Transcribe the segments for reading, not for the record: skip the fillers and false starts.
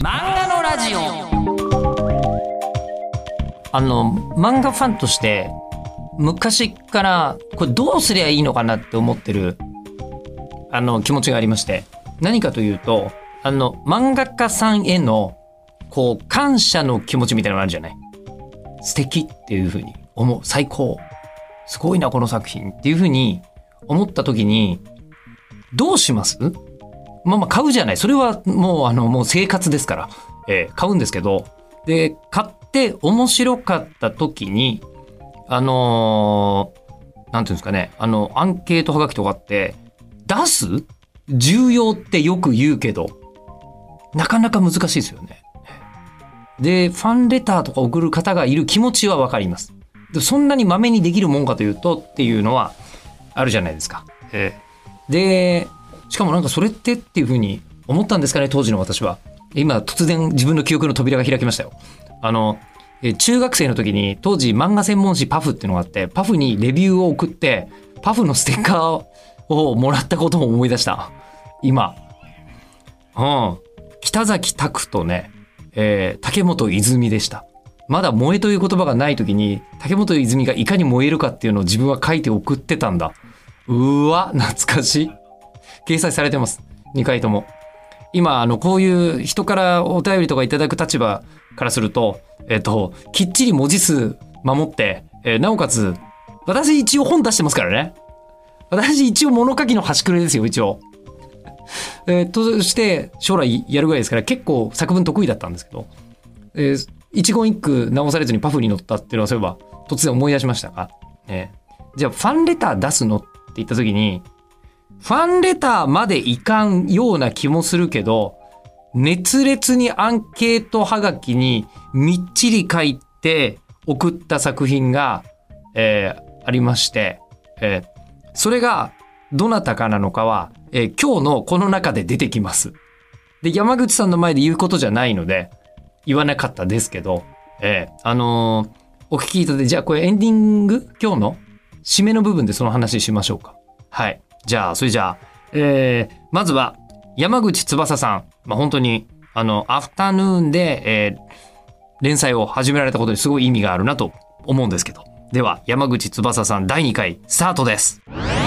漫画のラジオ。漫画ファンとして昔からこれどうすりゃいいのかなって思ってる気持ちがありまして、何かというと漫画家さんへのこう感謝の気持ちみたいなのがあるじゃない。素敵っていう風に思う、最高、すごいなこの作品っていう風に思った時にどうします？まあ買うじゃない。それはもうもう生活ですから、買うんですけど、で買って面白かった時になんていうんですかね、アンケートはがきとかって出す重要ってよく言うけどなかなか難しいですよね。でファンレターとか送る方がいる気持ちは分かります。でそんなにまめにできるもんかというとっていうのはあるじゃないですか。でしかもなんかそれってっていうふうに思ったんですかね、当時の私は。今突然自分の記憶の扉が開きましたよ。中学生の時に当時漫画専門誌パフっていうのがあって、パフにレビューを送ってパフのステッカーをもらったことを思い出した今。北崎拓とね、竹本泉でした。まだ萌えという言葉がない時に竹本泉がいかに燃えるかっていうのを自分は書いて送ってたんだ。うわ懐かしい。掲載されてます、2回とも。今こういう人からお便りとかいただく立場からすると、きっちり文字数守って、なおかつ私一応本出してますからね。私一応物書きの端くれですよ一応。として将来やるぐらいですから結構作文得意だったんですけど、一言一句直されずにパフに載ったっていうのはそういえば突然思い出しましたが、じゃあファンレター出すのって言った時にファンレターまでいかんような気もするけど、熱烈にアンケートはがきにみっちり書いて送った作品が、ありまして、それがどなたかなのかは、今日のこの中で出てきます。で山口さんの前で言うことじゃないので言わなかったですけど、お聞きいただいて、じゃあこれエンディング、今日の締めの部分でその話しましょうか。はい、じゃあそれじゃあ、まずは山口翼さん、本当にアフタヌーンで、連載を始められたことにすごい意味があるなと思うんですけど、では山口翼さん第2回スタートです。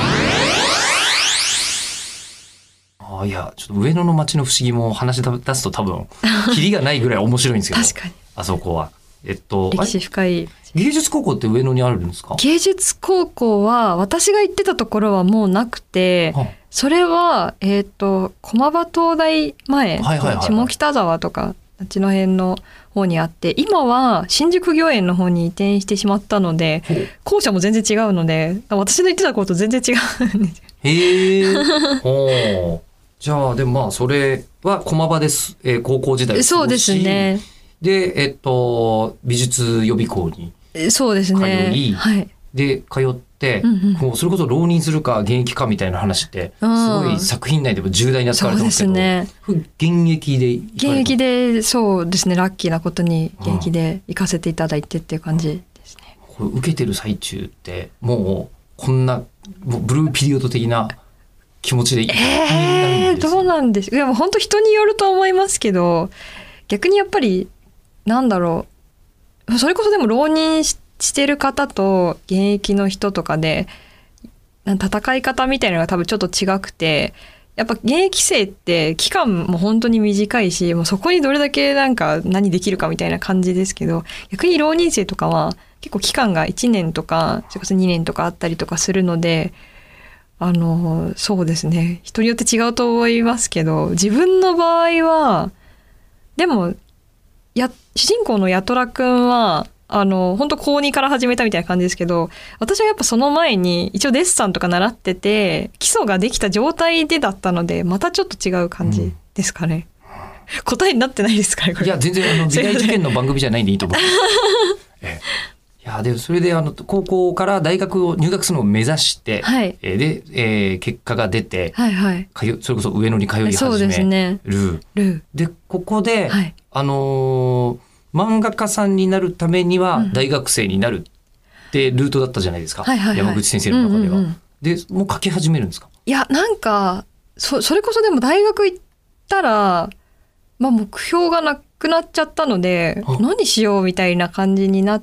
いやちょっと上野の街の不思議も話し出すと多分キリがないぐらい面白いんですけど確かにあそこは歴史深い。 芸術高校って上野にあるんですか？ 芸術高校は私が行ってたところはもうなくて、それは駒場東大前、下北沢とかあっちの辺の方にあって、今は新宿御苑の方に移転してしまったので校舎も全然違うので私の行ってたこと全然違うんですよ。 へえ。じゃあでもそれは駒場です、高校時代そうですね。 で美術予備校にそうですね、 通い、 はい、 で通って、もうそれこそ浪人するか現役かみたいな話ってすごい作品内でも重大に扱われてますけど、そうですね、現役でそうですね、ラッキーなことに現役で行かせていただいてっていう感じですね。 これ受けてる最中ってもうこんなもうブルーピリオド的な気持ちでどうなんですか。いやもう本当人によると思いますけど、逆にやっぱりなんだろう、それこそでも浪人してる方と現役の人とかで戦い方みたいなのが多分ちょっと違くて、やっぱ現役生って期間も本当に短いし、もうそこにどれだけ何できるかみたいな感じですけど、逆に浪人生とかは結構期間が1年とかそれこそ2年とかあったりとかするので、そうですね、人によって違うと思いますけど、自分の場合はでも主人公の八虎くんは本当高2から始めたみたいな感じですけど、私はやっぱその前に一応デッサンとか習ってて基礎ができた状態でだったので、またちょっと違う感じですかね、答えになってないですかねこれ。 いや全然美大受験の番組じゃないんでいいと思う。いやでそれで高校から大学を入学するのを目指して、で、結果が出て、それこそ上野に通い始める。でここで、漫画家さんになるためには大学生になるってルートだったじゃないですか、山口先生の中では。でもう書き始めるんですか？ いやそれこそでも大学行ったらまあ、目標がなくなっちゃったので何しようみたいな感じになって、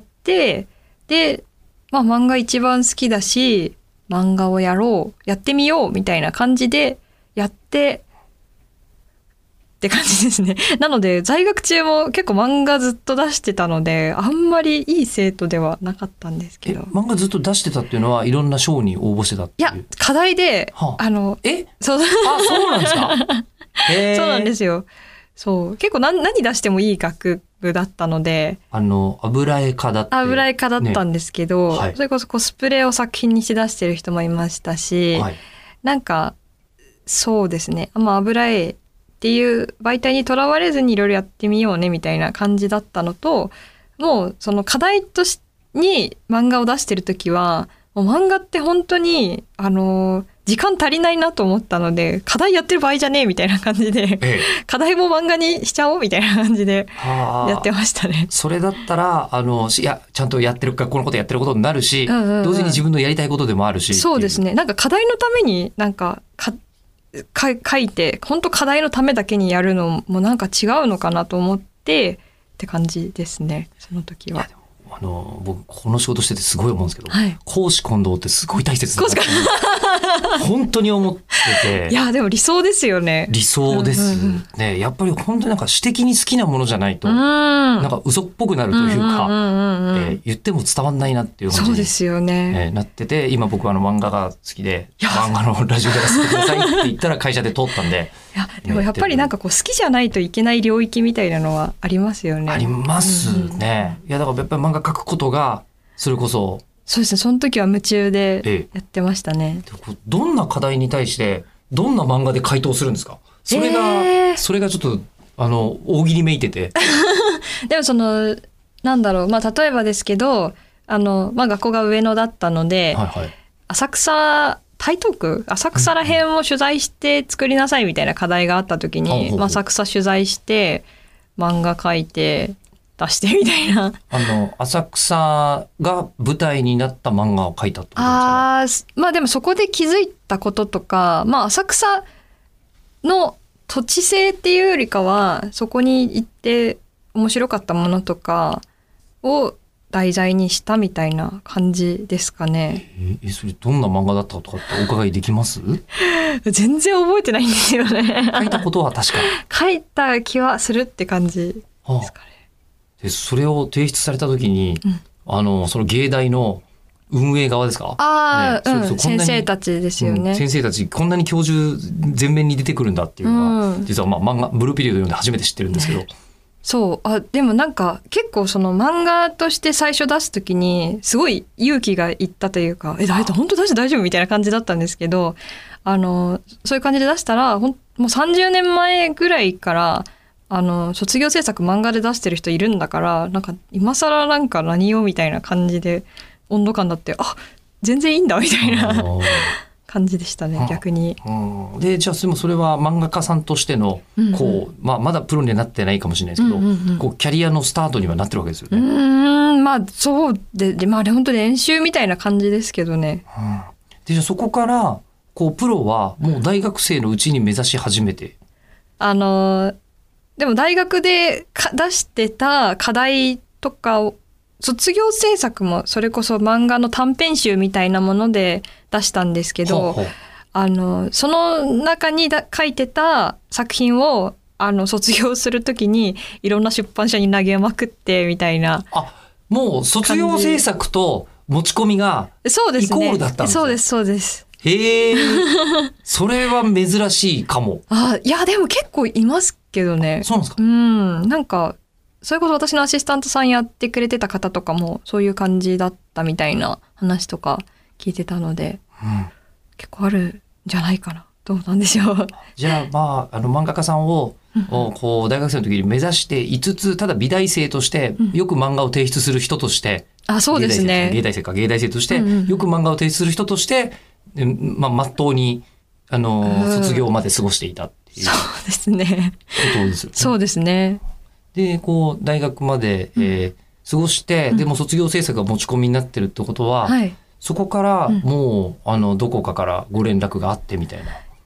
で、まあ、漫画一番好きだし漫画をやってみようみたいな感じでやってって感じですね。なので在学中も結構漫画ずっと出してたのであんまりいい生徒ではなかったんですけど。 漫画ずっと出してたっていうのはいろんな賞に応募してたっていう。 いや課題で、 はあ、そうなんですか。 そうなんですよ。そう結構何出してもいい学部だったので、 油絵科だったんですけど、 ね、はい、 それこそコスプレを作品にしだしてる人もいましたし、はい、なんかそうですね、油絵っていう媒体にとらわれずにいろいろやってみようねみたいな感じだったのと、もうその課題としてに漫画を出してる時はもう漫画って本当に時間足りないなと思ったので課題やってる場合じゃねえみたいな感じで、課題も漫画にしちゃおうみたいな感じでやってましたね。 それだったらいやちゃんとやってる学校のことやってることになるし、同時に自分のやりたいことでもあるし。 そうですね、なんか課題のためになんか書いて本当課題のためだけにやるのもなんか違うのかなと思ってって感じですね、その時は。 僕この仕事しててすごい思うんですけど、 はい、 公私混同ってすごい大切だなって本当に思ってて。 いやでも理想ですよね。 理想ですね、やっぱり本当になんか私的に好きなものじゃないとなんか嘘っぽくなるというか、言っても伝わんないなっていう感じに、 そうですよね、 なってて、今僕は漫画が好きで漫画のラジオでやらせてくださいって言ったら会社で通ったんで。 いやでもやっぱりなんかこう好きじゃないといけない領域みたいなのはありますよね。 ありますね、いやだからやっぱり漫画描くことがそれこそそうですね、その時は夢中でやってましたね。 どんな課題に対してどんな漫画で回答するんですか。それがちょっと大喜利めいててでもなんだろう、例えばですけど学校が上野だったので、はいはい、台東区浅草ら辺を取材して作りなさいみたいな課題があった時に、浅草取材して漫画描いて出してみたいな。 浅草が舞台になった漫画を描いたってことですかね。 でもそこで気づいたこととか、浅草の土地性っていうよりかはそこに行って面白かったものとかを題材にしたみたいな感じですかね。 それどんな漫画だったとかってお伺いできます？ 全然覚えてないんですよね。 書いたことは確か書いた気はするって感じですかね。 でそれを提出された時に、その芸大の運営側ですか？ 先生たちですよね。 先生たちこんなに教授全面に出てくるんだっていうのは、実は漫画ブルーピリオド読んで初めて知ってるんですけど。 そうでもなんか結構その漫画として最初出す時にすごい勇気がいったというか本当出して大丈夫みたいな感じだったんですけど、そういう感じで出したらもう30年前ぐらいから卒業制作漫画で出してる人いるんだからなんか今更なんか何をみたいな感じで温度感だって全然いいんだみたいな感じでしたね、逆に。 でじゃあそれは漫画家さんとしてのこう、まだプロにはなってないかもしれないですけど、こうキャリアのスタートにはなってるわけですよね。 そうで本当に練習みたいな感じですけどね。 でじゃあそこからこうプロはもう大学生のうちに目指し始めて。 でも大学で出してた課題とかを卒業制作もそれこそ漫画の短編集みたいなもので出したんですけど、その中に書いてた作品を卒業するときにいろんな出版社に投げまくってみたいな。 もう卒業制作と持ち込みがイコールだったんですね。 そうです。 へえ。それは珍しいかも。 いやでも結構いますけどね。 そうなんですか。 なんかそれこそ私のアシスタントさんやってくれてた方とかもそういう感じだったみたいな話とか聞いてたので、結構あるんじゃないかな。どうなんでしょう。 じゃあ漫画家さんをこう大学生の時に目指していつつ、ただ美大生としてよく漫画を提出する人として、 そうですね。 芸大生としてよく漫画を提出する人としてまっとうに卒業まで過ごしていたっていうそうですね。 ことですよね。 そうですね。 でこう大学まで、過ごして、でも卒業制作が持ち込みになってるってことは、そこからもうどこかからご連絡があってみたいな。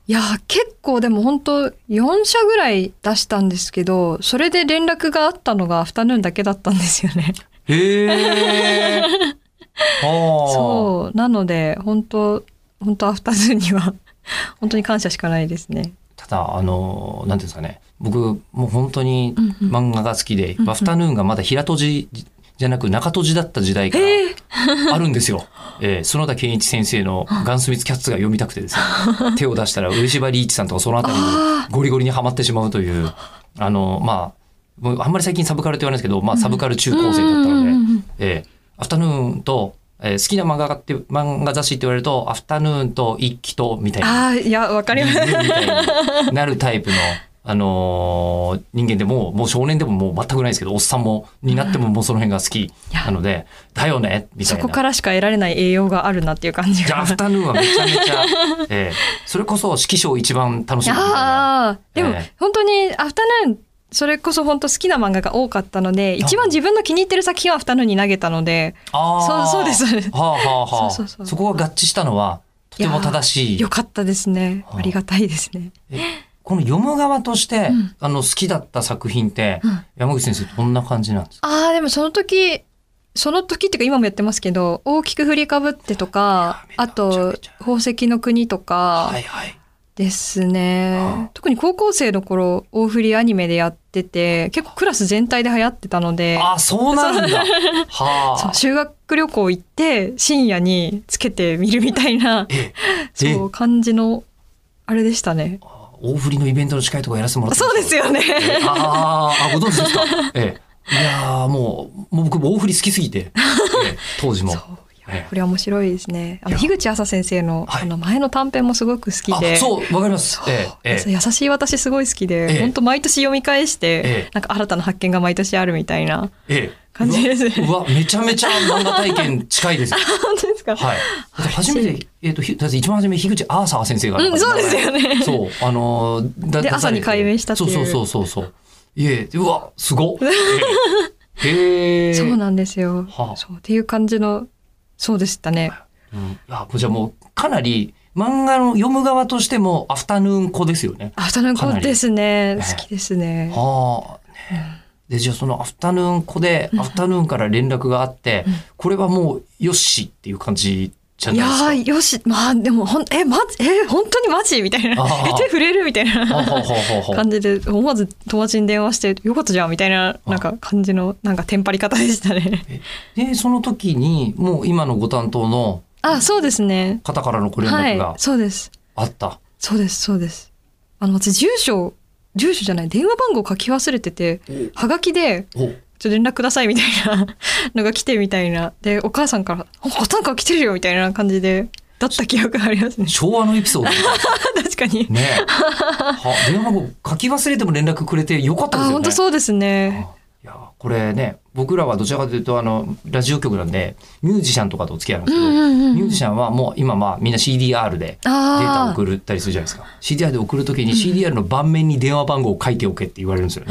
いや結構でも本当4社ぐらい出したんですけど、それで連絡があったのがアフタヌーンだけだったんですよね。 へー。 そうなので本当アフタヌーンには本当に感謝しかないですね。 ただなんていうんですかね、僕もう本当にうんうん漫画が好きで、アフタヌーンがまだ平閉じじゃなく中閉じだった時代からあるんですよ。園田健一先生のガンスミスキャッツが読みたくてですね、手を出したら上柴リーチさんとかそのあたりにゴリゴリにはまってしまうという、まあもうあんまり最近サブカルって言わないですけど、まあサブカル中高生だったので、アフタヌーンと好きな漫画雑誌って言われるとアフタヌーンと一期とみたいな、 いやわかります。 みたいになるタイプの人間でもう少年でももう全くないですけど、おっさんもになってももうその辺が好きなので、だよねみたいな。 そこからしか得られない栄養があるなっていう感じが。 じゃあアフタヌーンはめちゃめちゃ、それこそ指揮賞一番楽しみみたいな。 でも本当にアフタヌーンそれこそ本当好きな漫画が多かったので、一番自分の気に入ってる作品はアフタヌーンに投げたので、そうですそうです。 そこが合致したのはとても正しい。 よかったですね。ありがたいですね。 この読む側として、好きだった作品って、山口先生どんな感じなんですか？ でもその時っていうか今もやってますけど、大きく振りかぶってとか、あと宝石の国とかですね。特に高校生の頃大振りアニメでやってて、結構クラス全体で流行ってたので。 そうなんだ。 そう、修学旅行行って深夜につけて見るみたいなそう感じのあれでしたね。 大振りのイベントの司会とかやらせてもらってそうですよね。 ご存知ですか？いやもう僕も大振り好きすぎて、当時も。 これは面白いですね。樋口朝先生の、前の短編もすごく好きで。 そう、わかります。 優しい私すごい好きで、本当毎年読み返して、なんか新たな発見が毎年あるみたいな感じです。 めちゃめちゃ漫画体験近いです。 本当ですか？ はい。初めて、一番初め樋口アーサー先生が。 そうですよね。 そう、 で、朝に改名したっていう。 そう。うわ、すごっ。 そうなんですよ。そうっていう感じの、そうでしたね。 じゃあもうかなり漫画の読む側としてもアフタヌーン子ですよね。 アフタヌーン子ですね。好きですね。 でじゃあそのアフタヌーン子でアフタヌーンから連絡があって、これはもうよしっていう感じじゃないですか。 いやよし、でも本当にマジみたいな、手触れるみたいな感じで思わず友達に電話してよかったじゃんみたいななんか感じのなんかテンパり方でしたね。 でその時にもう今のご担当のそうですね方からのご連絡がそうですあった。 そうです私住所じゃない電話番号書き忘れてて、はがきで連絡くださいみたいなのが来てみたいな。で、お母さんから、なんか来てるよみたいな感じで、だった記憶がありますね。 昭和のエピソード確かに。 ね電話番号書き忘れても連絡くれてよかったですよね。 本当そうですね。 いや、これね、僕らはどちらかというと、ラジオ局なんで、ミュージシャンとかとお付き合いなんですけど、ミュージシャンはもう今みんな CDR でデータを送ったりするじゃないですか。CDR で送るときに CDR の盤面に電話番号を書いておけって言われるんですよね。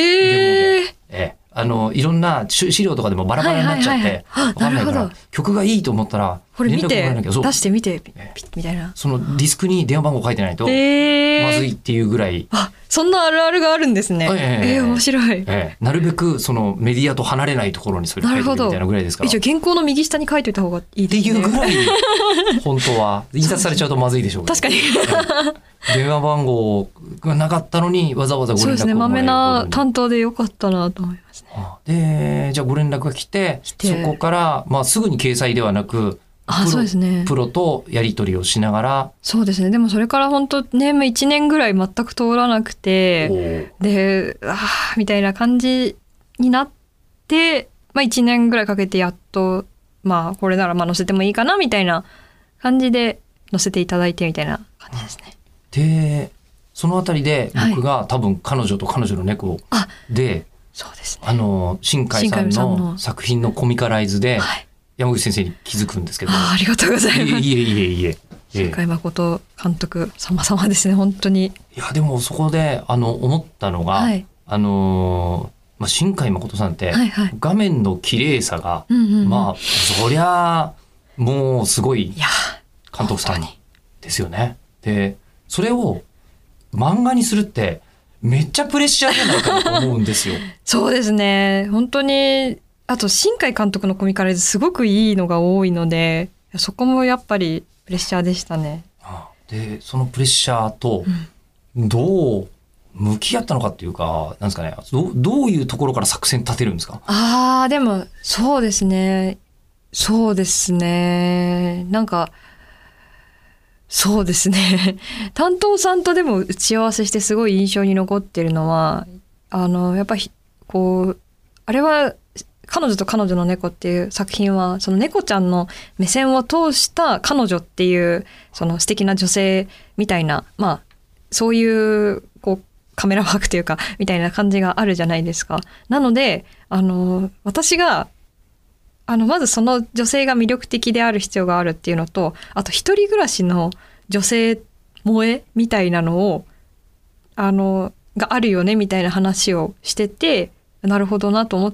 いろんな資料とかでもバラバラになっちゃって分かんないから、曲がいいと思ったらこれ見て出してみてみたいな。 そのディスクに電話番号書いてないとまずいっていうぐらい。 そんなあるあるがあるんですね。面白い。 なるべくそのメディアと離れないところにそれ書いてるみたいなぐらいですから。 原稿の右下に書いておいた方がいいですね。 っていうぐらい本当は印刷されちゃうとまずいでしょうけど。 確かに電話番号がなかったのにわざわざご連絡をもらえる。そうですね。 まめな担当でよかったなと思いますね。でじゃあご連絡が来てそこからすぐに掲載ではなく。 そうですね、 プロとやり取りをしながら。 そうですね。でもそれから本当ね1年ぐらい全く通らなくて、でみたいな感じになって、1年ぐらいかけてやっとこれなら載せてもいいかなみたいな感じで載せていただいてみたいな感じですね。 でそのあたりで僕が多分彼女と彼女の猫で、 そうですね、 新海さんの作品のコミカライズで、山口先生に気づくんですけど。 ありがとうございます。 いえ。 新海誠監督様々ですね、本当に。 いやでもそこで思ったのが、新海誠さんって、画面の綺麗さが、そりゃもうすごい監督さんですよね。でそれを漫画にするってめっちゃプレッシャーじゃないかなと思うんですよ。 そうですね。本当に、あと新海監督のコミカライズすごくいいのが多いので、そこもやっぱりプレッシャーでしたね。 で、そのプレッシャーとどう向き合ったのかっていうか、なんですかね、どういうところから作戦立てるんですか？ でもそうですね。そうですね。なんか、そうですね。担当さんとでも打ち合わせしてすごい印象に残ってるのは、やっぱりこう、あれは彼女と彼女の猫っていう作品は、その猫ちゃんの目線を通した彼女っていうその素敵な女性みたいな、まあそういうこうカメラワークというかみたいな感じがあるじゃないですか。なので私がまずその女性が魅力的である必要があるっていうのと、あと一人暮らしの女性萌えみたいなのをがあるよねみたいな話をしてて、なるほどなと思って、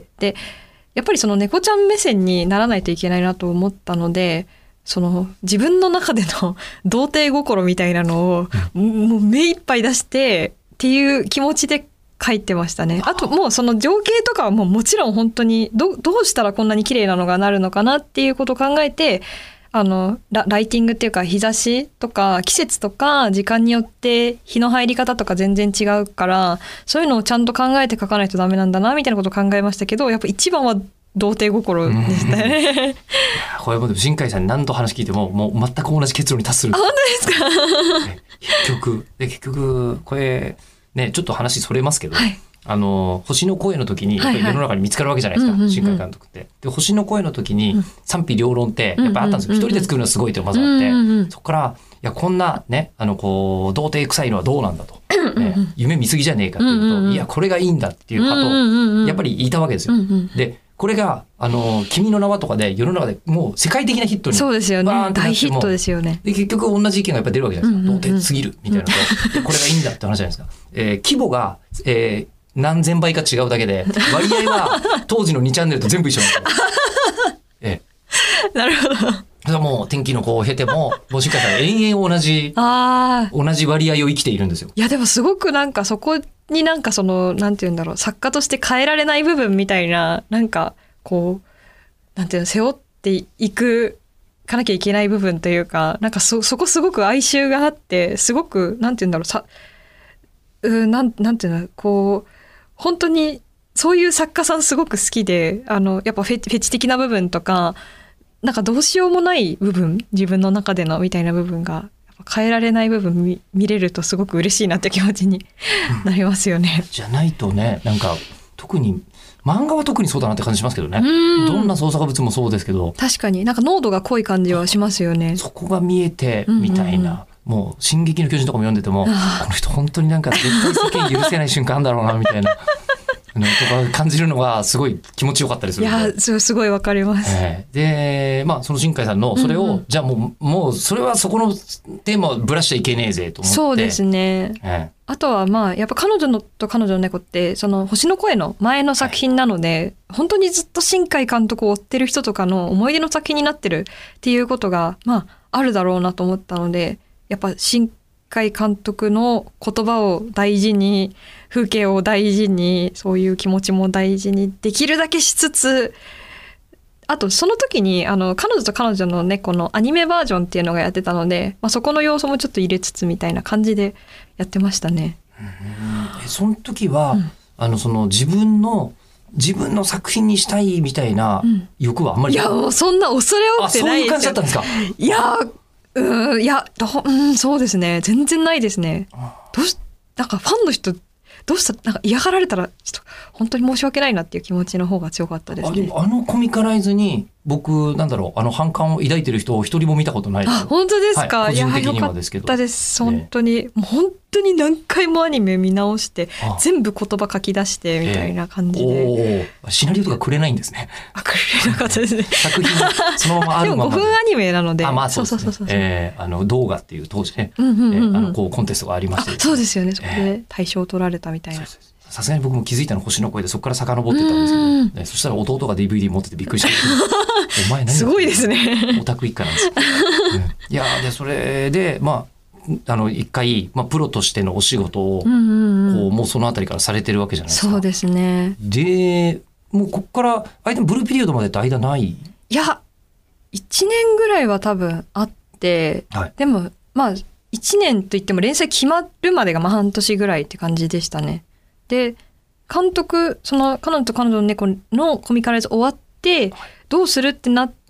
でやっぱりその猫ちゃん目線にならないといけないなと思ったので、その自分の中での童貞心みたいなのをもう目いっぱい出してっていう気持ちで書いてましたね。あともうその情景とかはもちろん本当にどうしたらこんなに綺麗なのがなるのかなっていうことを考えて、ライティングっていうか日差しとか季節とか時間によって日の入り方とか全然違うから、そういうのをちゃんと考えて書かないとダメなんだなみたいなことを考えましたけど、やっぱ一番は童貞心でしたね。 これもでも新海さんに何度話聞いてももう全く同じ結論に達する。 本当ですか？ 結局これねちょっと話それますけど、 はい、 星の声の時にやっぱり世の中に見つかるわけじゃないですか、新海監督って。で星の声の時に賛否両論ってやっぱりあったんですよ。一人で作るのはすごいってまずあって、そこからいやこんなねこう童貞臭いのはどうなんだと、ね、夢見すぎじゃねえかっていうこと、いやこれがいいんだっていう派とやっぱりいたわけですよ。でこれが君の名はとかで世の中でもう世界的なヒットにそうですよね、大ヒットですよね。 で結局同じ意見がやっぱり出るわけじゃないですか、童貞すぎるみたいなのと、これがいいんだって話じゃないですか。規模が、何千倍か違うだけで割合は当時の2チャンネルと全部一緒なんですよ。 なるほど。 それはもう天気の子を経ても新海さん延々同じ割合を生きているんですよ。 いやでもすごくなんかそこになんかそのなんていうんだろう、作家として変えられない部分みたいな、なんかこうなんていうの、背負っていかなきゃいけない部分というか、なんかそこすごく哀愁があって、すごくなんていうんだろう、なんていうの、こう本当にそういう作家さんすごく好きで、やっぱフェチ的な部分とか、なんかどうしようもない部分、自分の中でのみたいな部分が変えられない部分見れるとすごく嬉しいなって気持ちになりますよね。 じゃないとね、なんか特に漫画は特にそうだなって感じしますけどね。どんな創作物もそうですけど、 確かになんか濃度が濃い感じはしますよね。 そこが見えてみたいな、もう進撃の巨人とかも読んでても、この人本当になんか絶対世間許せない瞬間あるんだろうなみたいなとか感じるのがすごい気持ちよかったりするので。 いやすごいわかります。 でその新海さんのそれを、じゃあもうそれはそこのテーマをぶらしちゃいけねえぜと思って。 そうですね、あとはやっぱ彼女と彼女の猫ってその星の声の前の作品なので、本当にずっと新海監督を追ってる人とかの思い出の作品になってるっていうことがあるだろうなと思ったので、やっぱ新海監督の言葉を大事に、風景を大事に、そういう気持ちも大事にできるだけしつつ、あとその時に彼女と彼女の猫のアニメバージョンっていうのがやってたので、そこの要素もちょっと入れつつみたいな感じでやってましたね。 その時は、その自分の作品にしたいみたいな欲はあんまり、 いやもうそんな恐れ多くてないですよ。 そういう感じだったんですか？ いやそうですね、全然ないですね。なんかファンの人どうしたなんか嫌がられたらちょっと本当に申し訳ないなっていう気持ちの方が強かったですね。 コミカライズに僕反感を抱いてる人を一人も見たことないです。 本当ですか？ 個人的にはですけど。 よかったです。本当に、もう本当に何回もアニメ見直して全部言葉書き出してみたいな感じで、 シナリオとかくれないんですね。 くれなかったですね。 作品そのままあるままで。 でも5分アニメなので。 そうですね。動画っていう当時ね、コンテストがありまして、 そうですよね。そこで大賞を取られたみたいな。 さすがに僕も気づいたの星の声で、そこから遡ってったんですけど、そしたら弟が DVD 持っててびっくりした。お前何すごいですね。 オタク一家なんですよ。いやでそれで一回、プロとしてのお仕事を、もうそのあたりからされてるわけじゃないですか。 そうですね。 で、もうここから間ブルーピリオドまでって間ない？ いや、1年ぐらいは多分あって、 はい、 でも1年といっても連載決まるまでが半年ぐらいって感じでしたね。で、監督、その彼女と彼女の猫のコミカライズ終わって、どうするってなって、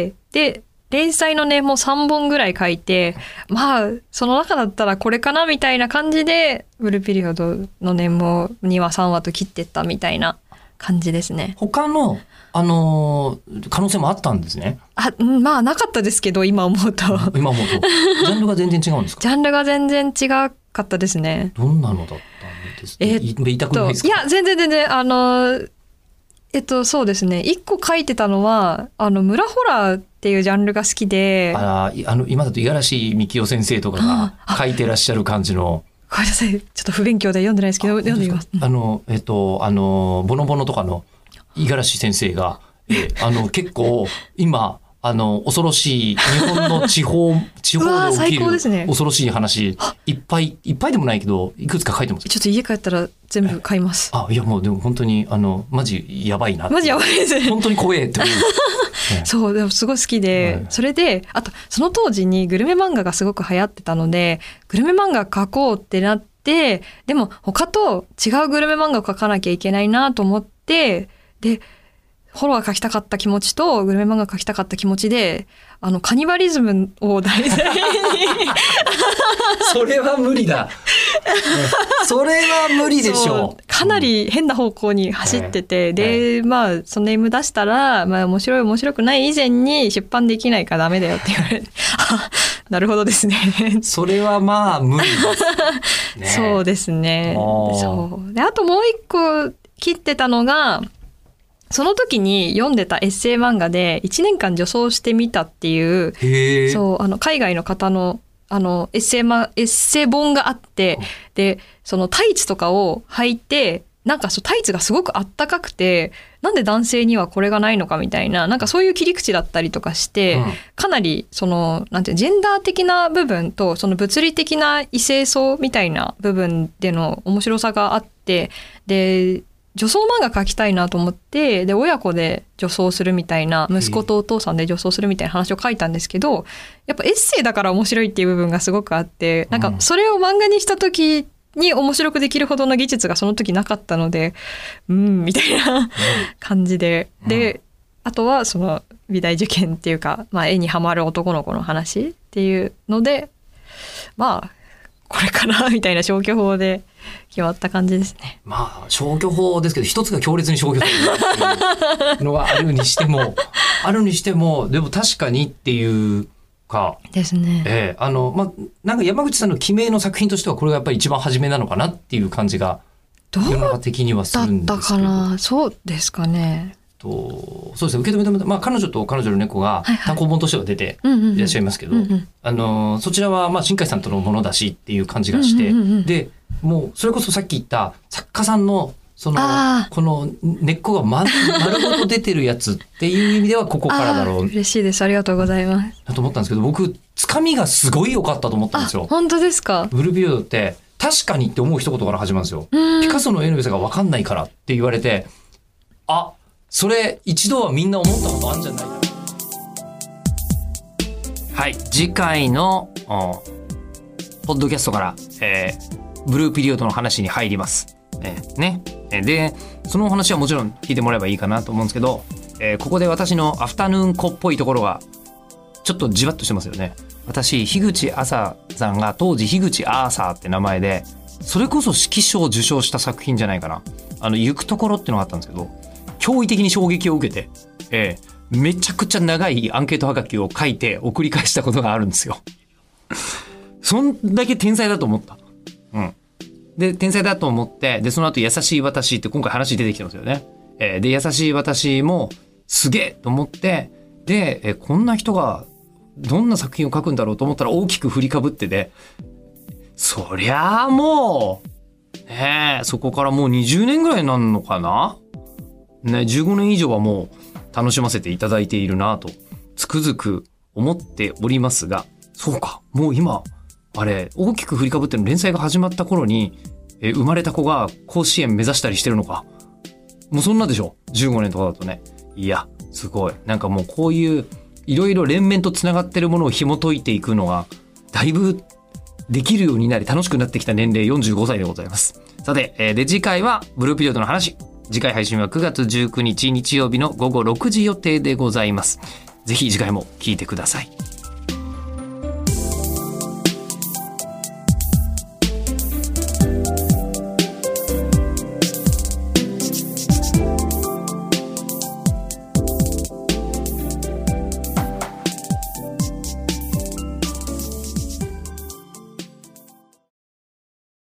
で、連載のね、もう3本ぐらい書いて、その中だったらこれかなみたいな感じで、ブルーピリオドの年も2話3話と切ってったみたいな感じですね。 他の、可能性もあったんですね。 なかったですけど、今思うと。 今思うと。ジャンルが全然違うんですか？ ジャンルが全然違かったですね。 どんなのだったんですか？言いたくないですか？ いや、全然、そうですね。一個書いてたのは、村ホラーっていうジャンルが好きで。 今だと五十嵐美樹夫先生とかが書いてらっしゃる感じの。 ごめんなさい。ちょっと不勉強で読んでないですけど、読んでみます。 ボノボノとかの五十嵐先生が、結構、今、恐ろしい、日本の地方で起きる恐ろしい話、いっぱいでもないけど、いくつか書いてます。 ちょっと家帰ったら全部買います。 いやもうでも本当に、マジやばいな。 マジやばいですね。 本当に怖えって思う。 そう、でもすごい好きで、それで、あと、その当時にグルメ漫画がすごく流行ってたので、グルメ漫画描こうってなって、でも他と違うグルメ漫画を描かなきゃいけないなと思って、で、ホラー描きたかった気持ちとグルメ漫画描きたかった気持ちで、カニバリズムを題材にそれは無理だ。それは無理でしょう。 かなり変な方向に走ってて、で、そのネーム出したら、面白くない以前に出版できないからダメだよって言われて、なるほどですね。 それは無理ですね。 そうですね。そうで、あともう一個切ってたのが、その時に読んでたエッセイ漫画で1年間女装してみたっていう、そう海外の方のエッセイ本があって、でそのタイツとかを履いて、なんかタイツがすごくあったかくて、なんで男性にはこれがないのかみたいな、なんかそういう切り口だったりとかして、かなりなんていうジェンダー的な部分とその物理的な異性相みたいな部分での面白さがあって、で女装漫画描きたいなと思って、で親子で女装するみたいな、息子とお父さんで女装するみたいな話を書いたんですけど、やっぱエッセイだから面白いっていう部分がすごくあって、なんかそれを漫画にした時に面白くできるほどの技術がその時なかったので、みたいな感じで、であとはその美大受験っていうか、絵にハマる男の子の話っていうので、これかなみたいな消去法で決まった感じですね。 消去法ですけど、一つが強烈に消去法っていうのはあるにしてもでも確かにっていうかですね。 なんか山口さんの記名の作品としてはこれがやっぱり一番初めなのかなっていう感じが世の中的にはするんですけど。どうだったかな。 そうですかね。 そうですね、受け止めたま彼女と彼女の猫が単行本としては出ていらっしゃいますけど、そちらは新海さんとのものだしっていう感じがして、でもうそれこそさっき言った作家さんのこの根っこが丸ごと出てるやつっていう意味ではここからだろう。 嬉しいです。ありがとうございます。 だと思ったんですけど、僕つかみがすごい良かったと思ったんですよ。 本当ですか？ ブルーピリオドって確かにって思う一言から始まるんですよ。ピカソの絵の良さが分かんないからって言われて、それ一度はみんな思ったことあるんじゃないか。はい、次回のポッドキャストから、ブルーピリオドの話に入ります。でその話はもちろん聞いてもらえばいいかなと思うんですけど、ここで私のアフタヌーン子っぽいところがちょっとじわっとしてますよね。私樋口朝さんが当時樋口アーサーって名前で、それこそ指揮賞を受賞した作品じゃないかな。行くところっていうのがあったんですけど、驚異的に衝撃を受けて、めちゃくちゃ長いアンケートはがきを書いて送り返したことがあるんですよ。そんだけ天才だと思った。で天才だと思って、でその後優しい私って今回話出てきてますよね。で優しい私もすげえと思って、で、こんな人がどんな作品を書くんだろうと思ったら大きく振りかぶってて、そりゃあもうそこからもう20年ぐらいになるのかな。15年以上はもう楽しませていただいているなとつくづく思っておりますが、そうか、もう今あれ大きく振りかぶっての連載が始まった頃に、生まれた子が甲子園目指したりしてるのか。もうそんなでしょ、15年とかだとね。いやすごい、なんかもうこういういろいろ連綿とつながってるものを紐解いていくのがだいぶできるようになり楽しくなってきた年齢45歳でございます。さて、で次回はブルーピリオドの話。次回配信は9月19日日曜日の午後6時予定でございます。ぜひ次回も聞いてください。